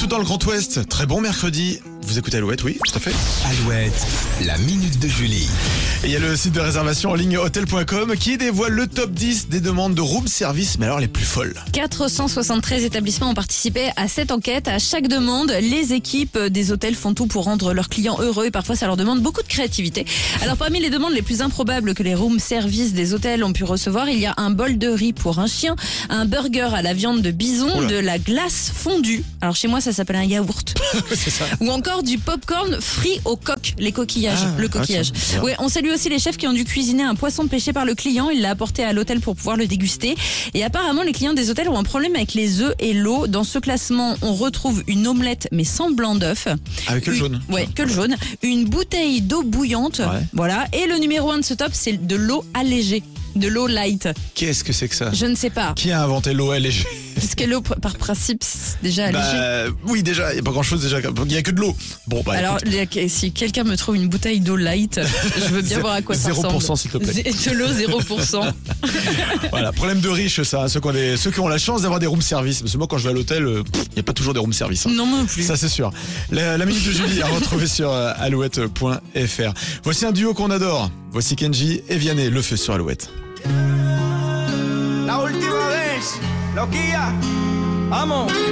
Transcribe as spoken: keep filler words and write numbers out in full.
partout dans le Grand Ouest. Très bon mercredi. Vous écoutez Alouette, oui, tout à fait. Alouette, la minute de Julie. Et il y a le site de réservation en ligne hôtel point com qui dévoile le top dix des demandes de room service, mais alors les plus folles. quatre cent soixante-treize établissements ont participé à cette enquête. À chaque demande, les équipes des hôtels font tout pour rendre leurs clients heureux et parfois ça leur demande beaucoup de créativité. Alors parmi les demandes les plus improbables que les room service des hôtels ont pu recevoir, il y a un bol de riz pour un chien, un burger à la viande de bison, Oula. de la glace fondue. Alors chez moi ça s'appelle un yaourt. C'est ça. Ou encore du popcorn frit au coq, les coquillages, Ah, le coquillage. ah, tiens, Ouais, on salue aussi les chefs qui ont dû cuisiner un poisson pêché par le client. Il l'a apporté à l'hôtel pour pouvoir le déguster. Et apparemment, les clients des hôtels ont un problème avec les œufs et l'eau. Dans ce classement, on retrouve une omelette mais sans blanc d'œuf. Avec que le Une- jaune. Ouais, que le jaune. Une bouteille d'eau bouillante. Ouais. Voilà. Et le numéro un de ce top, c'est de l'eau allégée. De l'eau light. Qu'est-ce que c'est que ça? Je ne sais pas. Qui a inventé l'eau allégée? Parce que l'eau, par principe, c'est déjà allégée. Bah, oui, déjà, il n'y a pas grand chose déjà. Il n'y a que de l'eau. Bon, bah, Alors, écoute, si quelqu'un me trouve une bouteille d'eau light, je veux bien voir à quoi ça zéro ressemble. pour cent, s'il te plaît. Zé- De l'eau zéro pour cent. voilà, problème de riches, ça. hein, Ceux qui ont, des- ceux qui ont la chance d'avoir des room service. Parce que moi, quand je vais à l'hôtel, il n'y a pas toujours des room service. hein. Non, non plus. Ça, c'est sûr. La, la minute de Julie à retrouver sur euh, alouette point f r. Voici un duo qu'on adore. Voici Kenji et Vianney, le feu sur Alouette. La última vez, loquilla, vamos.